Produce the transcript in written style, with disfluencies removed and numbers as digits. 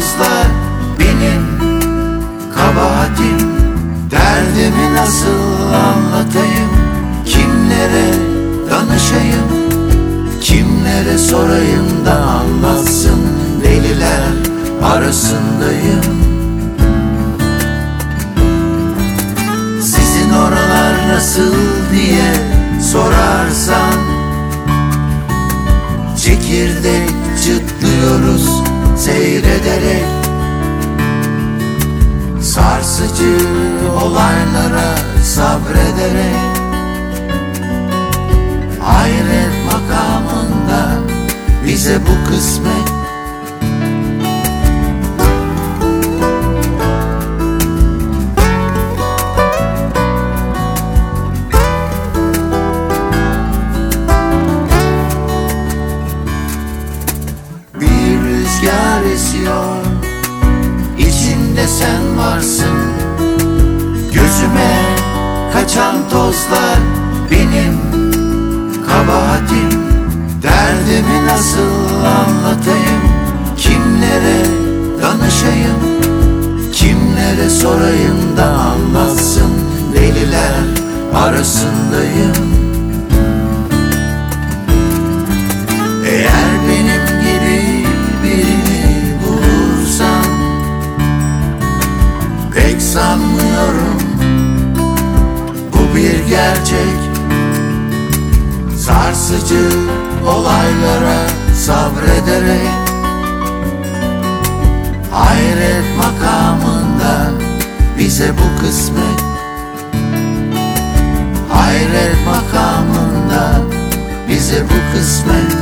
tozlar benim kabahatim. Derdimi nasıl anlatayım, kimlere danışayım, kimlere sorayım da anlatsın, deliler arasındayım. Sizin oralar nasıl diye sorarsan, çekirdek çıtlıyoruz seyrederek, sarsıcı olaylara sabrederek. Hayret makamında bize bu kısmet. Bir rüzgar esiyor, İçinde sen varsın. Gözüme kaçan tozlar benim kabahatim. Derdimi nasıl anlatayım, kimlere danışayım, kimlere sorayım da anlatsın, deliler arasındayım. Eğer benim gibi birini bulursan, pek sanmıyorum bu bir gerçek. Sarsıcı olaylara sabrederek, hayret makamında bize bu kısmet. Hayret makamında bize bu kısmet.